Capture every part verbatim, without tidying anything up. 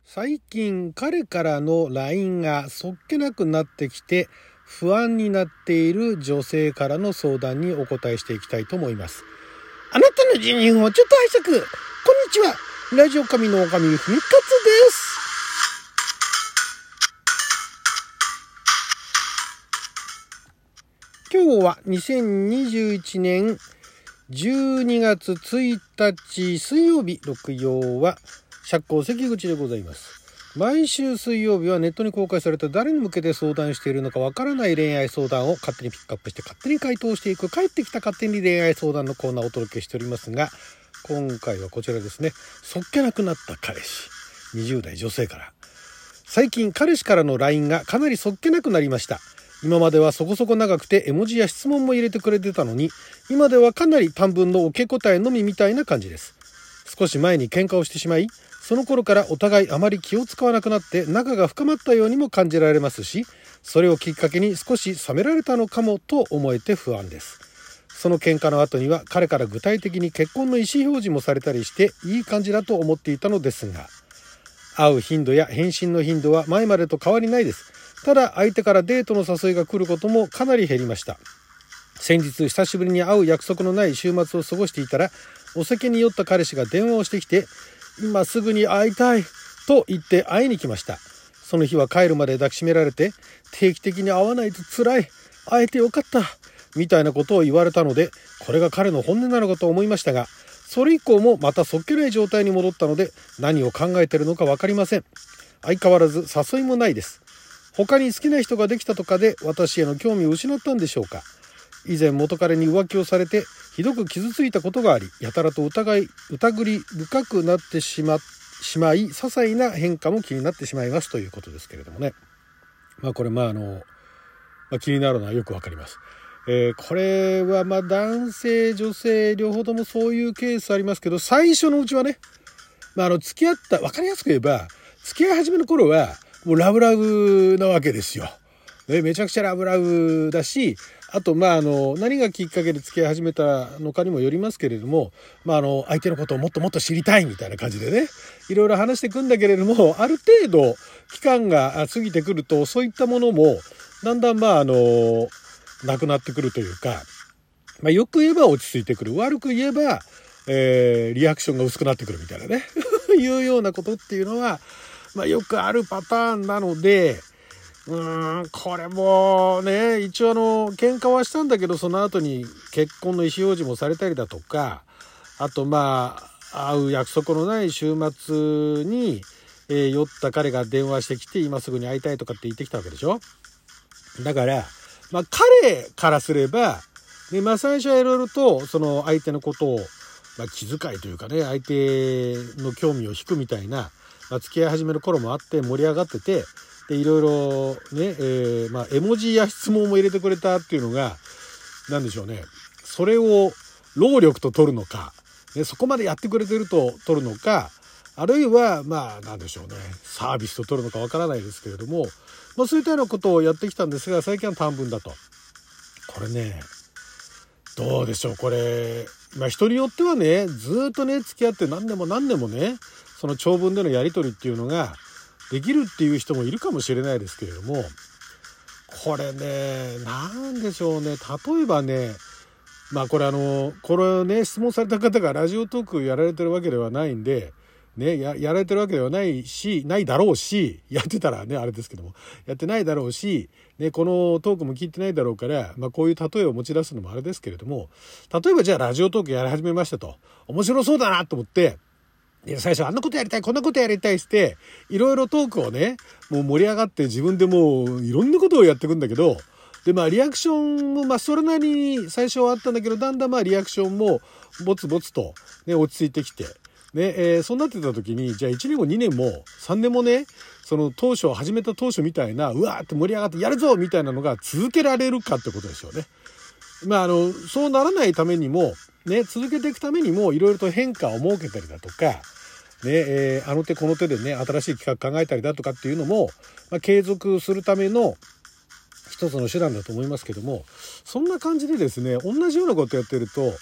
最近彼からの ライン がそっけなくなってきて不安になっている女性からの相談にお答えしていきたいと思います。あなたの人人をちょっと拝借。こんにちは。ラジオ神の神ふみかつです。今日はにせんにじゅういちねんじゅうにがつついたち水曜日、六曜は釈光関口でございます。毎週水曜日はネットに公開された誰に向けて相談しているのかわからない恋愛相談を勝手にピックアップして勝手に回答していく、帰ってきた勝手に恋愛相談のコーナーをお届けしておりますが、今回はこちらですね。そっけなくなった彼氏、にじゅう代女性から。最近彼氏からの ライン がかなりそっけなくなりました。今まではそこそこ長くて絵文字や質問も入れてくれてたのに、今ではかなり短文の受け答えのみみたいな感じです。少し前に喧嘩をしてしまい、その頃からお互いあまり気を使わなくなって仲が深まったようにも感じられますし、それをきっかけに少し冷められたのかもと思えて不安です。その喧嘩の後には彼から具体的に結婚の意思表示もされたりしていい感じだと思っていたのですが、会う頻度や返信の頻度は前までと変わりないです。ただ相手からデートの誘いが来ることもかなり減りました。先日久しぶりに会う約束のない週末を過ごしていたら、お酒に酔った彼氏が電話をしてきて、今すぐに会いたいと言って会いに来ました。その日は帰るまで抱きしめられて、定期的に会わないと辛い、会えてよかったみたいなことを言われたので、これが彼の本音なのかと思いましたが、それ以降もまたそっけない状態に戻ったので、何を考えているのか分かりません。相変わらず誘いもないです。他に好きな人ができたとかで私への興味を失ったんでしょうか。以前元彼に浮気をされてひどく傷ついたことがあり、やたらと疑い疑り深くなってしましまい些細な変化も気になってしまいますということですけれどもね。まあこれまああの、まあ、気になるのはよくわかります。えー、これはまあ男性女性両方ともそういうケースありますけど、最初のうちはね、まあ、あの付き合った分かりやすく言えば付き合い始めの頃はもうラブラブなわけですよ。ね、めちゃくちゃラブラブだし、あとまああの何がきっかけで付き合い始めたのかにもよりますけれども、まああの相手のことをもっともっと知りたいみたいな感じでね、いろいろ話していくんだけれども、ある程度期間が過ぎてくるとそういったものもだんだんまああのなくなってくるというか、まあ、よく言えば落ち着いてくる、悪く言えば、えー、リアクションが薄くなってくるみたいなねいうようなことっていうのは、まあ、よくあるパターンなので、うーんこれもね、一応あの喧嘩はしたんだけど、その後に結婚の意思表示もされたりだとか、あとまあ会う約束のない週末に、えー、酔った彼が電話してきて今すぐに会いたいとかって言ってきたわけでしょ。だからまあ彼からすれば、ね、まあ最初はいろいろとその相手のことを、まあ、気遣いというかね、相手の興味を引くみたいな、まあ、付き合い始めの頃もあって盛り上がってて、でいろいろね、えー、まあ絵文字や質問も入れてくれたっていうのが何でしょうね、それを労力と取るのか、ね、そこまでやってくれてると取るのか、あるいはまあ何でしょうね、サービスと取るのかわからないですけれども、まあ、そういったようなことをやってきたんですが、最近は短文だと。これね、どうでしょう、これまあ人によってはね、ずっとね付き合って何年も何年もね、その長文でのやり取りっていうのができるっていう人もいるかもしれないですけれども、これね、なんでしょうね、例えばね、まあこれあのこれね、質問された方がラジオトークやられてるわけではないんでね、や, やられてるわけではないし、ないだろうし、やってたらねあれですけども、やってないだろうし、ね、このトークも聞いてないだろうから、まあこういう例えを持ち出すのもあれですけれども、例えばじゃあラジオトークやり始めましたと、面白そうだなと思って、いや最初あんなことやりたいこんなことやりたいしていろいろトークをね、もう盛り上がって自分でもういろんなことをやっていくんだけど、でまあリアクションもまあそれなりに最初はあったんだけど、だんだんまあリアクションもボツボツとね落ち着いてきてね、えー、そうなってた時に、じゃあいちねんもにねんもさんねんもね、その当初始めた当初みたいなうわーって盛り上がってやるぞみたいなのが続けられるかってことですよね。まああのそうならないためにもね、続けていくためにもいろいろと変化を設けたりだとかね、えー、あの手この手でね新しい企画考えたりだとかっていうのも、まあ、継続するための一つの手段だと思いますけども、そんな感じでですね、同じようなことやってると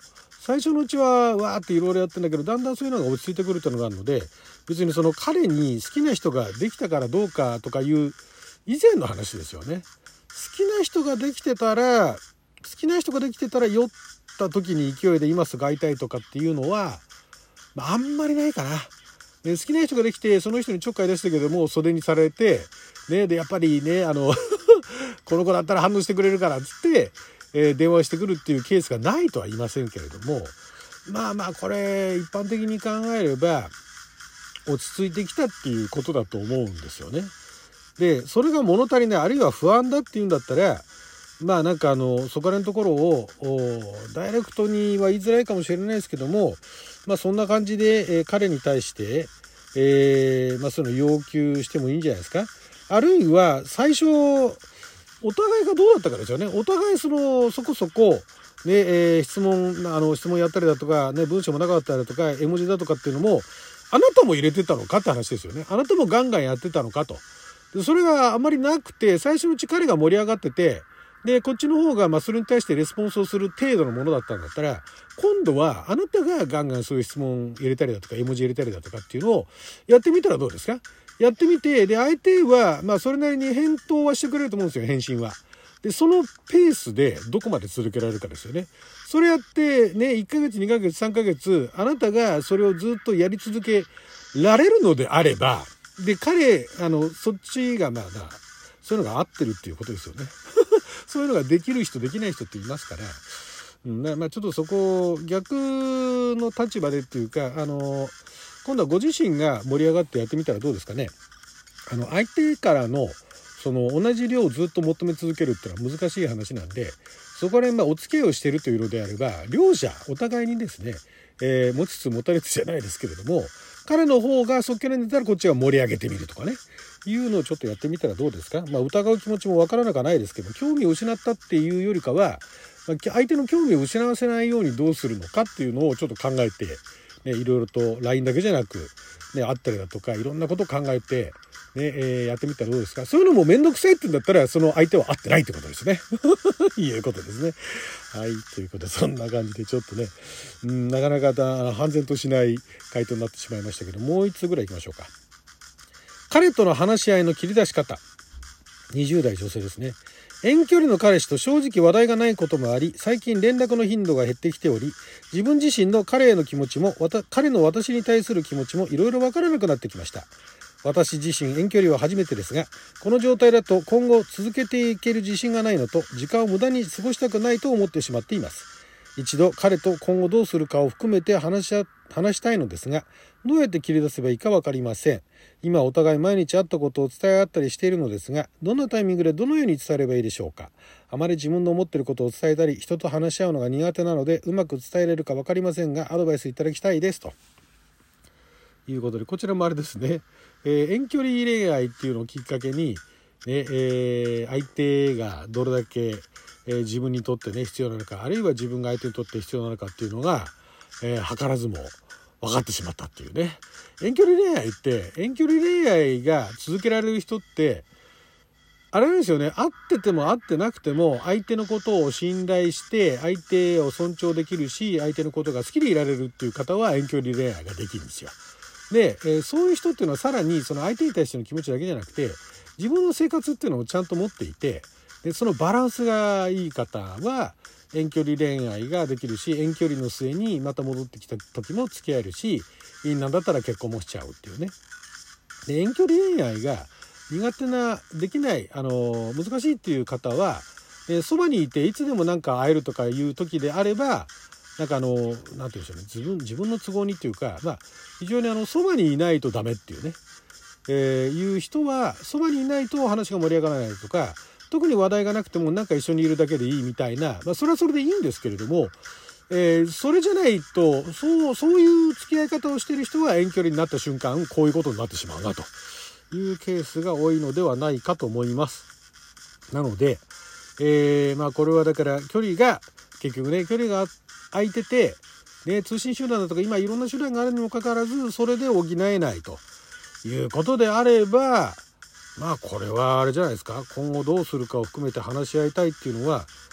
最初のうちはわーっていろいろやってんだけど、だんだんそういうのが落ち着いてくるっていうのがあるので、別にその彼に好きな人ができたからどうかとかいう以前の話ですよね。好きな人ができてたら好きな人ができてたら酔った時に勢いで今すぐ会いたいとかっていうのは、まあ、あんまりないかな。好きな人ができてその人にちょっかい出したけども袖にされて、ね、でやっぱりねあのこの子だったら反応してくれるからっつって、えー、電話してくるっていうケースがないとは言いませんけれども、まあまあこれ一般的に考えれば落ち着いてきたっていうことだと思うんですよね。でそれが物足りない、あるいは不安だっていうんだったら、まあなんかあのそこらのところをダイレクトには言いづらいかもしれないですけども、まあそんな感じで、えー、彼に対して、えー、まあその要求してもいいんじゃないですか。あるいは最初お互いがどうだったかですよね。お互いそのそこそこね、えー、質問あの質問やったりだとかね、文章もなかったりだとか絵文字だとかっていうのもあなたも入れてたのかって話ですよね。あなたもガンガンやってたのかと。でそれがあんまりなくて、最初のうち彼が盛り上がってて、でこっちの方がまあそれに対してレスポンスをする程度のものだったんだったら、今度はあなたがガンガンそういう質問入れたりだとか絵文字入れたりだとかっていうのをやってみたらどうですか。やってみて、で相手はまあそれなりに返答はしてくれると思うんですよ、返信は。でそのペースでどこまで続けられるかですよね。それやってね、いっかげつにかげつさんかげつあなたがそれをずっとやり続けられるのであれば、で彼あのそっちがまあそういうのが合ってるっていうことですよね。そういうのができる人できない人っていますから、うん、まあちょっとそこ逆の立場でっていうか、あの今度はご自身が盛り上がってやってみたらどうですかね。あの相手からのその同じ量をずっと求め続けるっていうのは難しい話なんで、そこら辺まあお付き合いをしているというのであれば、両者お互いにですね、えー、持ちつ持たれつじゃないですけれども、彼の方がそっけないんだったらこっちが盛り上げてみるとかね、いうのをちょっとやってみたらどうですか。まあ疑う気持ちもわからなくはないですけど、興味を失ったっていうよりかは、まあ、相手の興味を失わせないようにどうするのかっていうのをちょっと考えて、ね、いろいろと ライン だけじゃなく、ね、会ったりだとかいろんなことを考えて、ねえー、やってみたらどうですか。そういうのもめんどくさいって言うんだったら、その相手は会ってないってことですね。いうことですね。はい、ということでそんな感じでちょっとね、うん、なかなかだ判然としない回答になってしまいましたけど、もう一つぐらいいきましょうか。彼との話し合いの切り出し方。にじゅう代女性ですね。遠距離の彼氏と正直話題がないこともあり、最近連絡の頻度が減ってきており、自分自身の彼への気持ちも彼の私に対する気持ちもいろいろ分からなくなってきました。私自身遠距離は初めてですが、この状態だと今後続けていける自信がないのと、時間を無駄に過ごしたくないと思ってしまっています。一度彼と今後どうするかを含めて話し話したいのですが、どうやって切り出せばいいか分かりません。今お互い毎日会ったことを伝え合ったりしているのですが、どんなタイミングでどのように伝えればいいでしょうか。あまり自分の思っていることを伝えたり、人と話し合うのが苦手なので、うまく伝えられるか分かりませんが、アドバイスいただきたいですということで、こちらもあれですね、えー、遠距離恋愛っていうのをきっかけに、ねえー、相手がどれだけ、えー、自分にとってね必要なのか、あるいは自分が相手にとって必要なのかっていうのが、えー、図らずも分かってしまったっていうね。遠距離恋愛って遠距離恋愛が続けられる人ってあれなんですよね。会ってても会ってなくても相手のことを信頼して相手を尊重できるし、相手のことが好きでいられるっていう方は遠距離恋愛ができるんですよ。で、えー、そういう人っていうのはさらにその相手に対しての気持ちだけじゃなくて、自分の生活っていうのをちゃんと持っていて、でそのバランスがいい方は遠距離恋愛ができるし、遠距離の末にまた戻ってきた時も付き合えるし、なんだったら結婚もしちゃうっていうね。で遠距離恋愛が苦手なできないあの難しいっていう方は、えー、そばにいていつでもなんか会えるとかいう時であれば、なんかあのなんて言うんでしょうね、自分自分の都合にっていうか、まあ非常にあのそばにいないとダメっていうね、えー、いう人はそばにいないと話が盛り上がらないとか、特に話題がなくてもなんか一緒にいるだけでいいみたいな、まあそれはそれでいいんですけれども、えー、それじゃないとそうそういう付き合い方をしている人は遠距離になった瞬間こういうことになってしまうなというケースが多いのではないかと思います。なので、えー、まあこれはだから距離が結局ね距離が空いてて、ね、通信手段だとか今いろんな手段があるにもかかわらずそれで補えないということであれば、まあこれはあれじゃないですか。今後どうするかを含めて話し合いたいっていうのは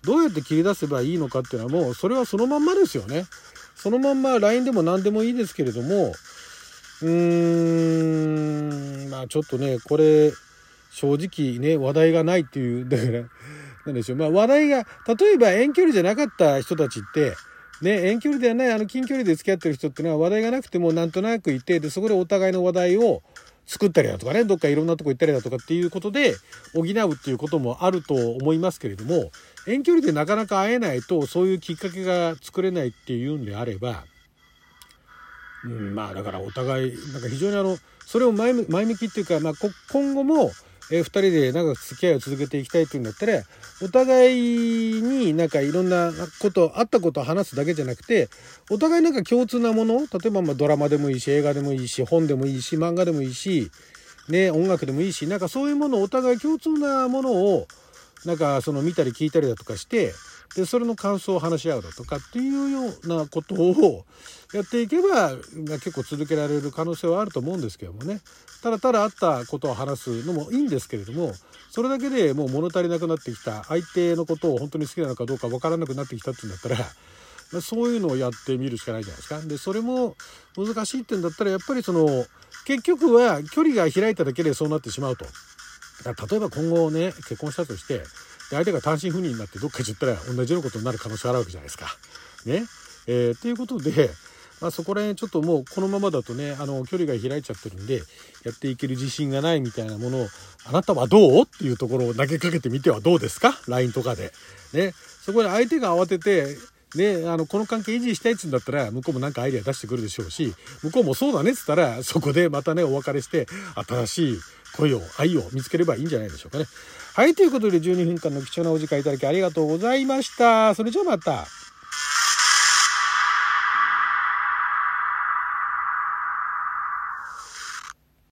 どうやって切り出せばいいのかっていうのはもうそれはそのまんまですよね。そのまんま ライン でも何でもいいですけれども、うーんまあちょっとねこれ正直ね話題がないっていうだからなんでしょう、まあ話題が例えば遠距離じゃなかった人たちってね、遠距離ではないあの近距離で付き合ってる人ってのは話題がなくてもなんとなくいて、でそこでお互いの話題を作ったりだとかね、どっかいろんなとこ行ったりだとかっていうことで補うっていうこともあると思いますけれども、遠距離でなかなか会えないとそういうきっかけが作れないっていうんであれば、うん、まあだからお互いなんか非常にあのそれを前前向きっていうか、まあ、今後もえー、ふたりで長く付き合いを続けていきたいっていうんだったら、お互いになんかいろんなことあったことを話すだけじゃなくて、お互いなんか共通なもの、例えばまあドラマでもいいし、映画でもいいし、本でもいいし、漫画でもいいしね、音楽でもいいし、なんかそういうものをお互い共通なものをなんかその見たり聞いたりだとかして、でそれの感想を話し合うだとかっていうようなことをやっていけば結構続けられる可能性はあると思うんですけどもね。ただただあったことを話すのもいいんですけれども、それだけでもう物足りなくなってきた、相手のことを本当に好きなのかどうか分からなくなってきたっていうんだったら、そういうのをやってみるしかないじゃないですか。でそれも難しいっていうんだったら、やっぱりその結局は距離が開いただけでそうなってしまうと。だから例えば今後ね結婚したとして、で相手が単身赴任になってどっか行ったら同じようなことになる可能性があるわけじゃないですか。ね。えー、っていうことで、まあ、そこら辺ちょっともうこのままだとね、あの距離が開いちゃってるんでやっていける自信がないみたいなものを、あなたはどうっていうところを投げかけてみてはどうですか、 ライン とかで。ね。そこで相手が慌ててね、あのこの関係維持したいっつうんだったら向こうもなんかアイデア出してくるでしょうし、向こうもそうだねっつったらそこでまたねお別れして新しい恋を愛を見つければいいんじゃないでしょうかね。はい、ということでじゅうにふんかんの貴重なお時間いただきありがとうございました。それじゃあまた。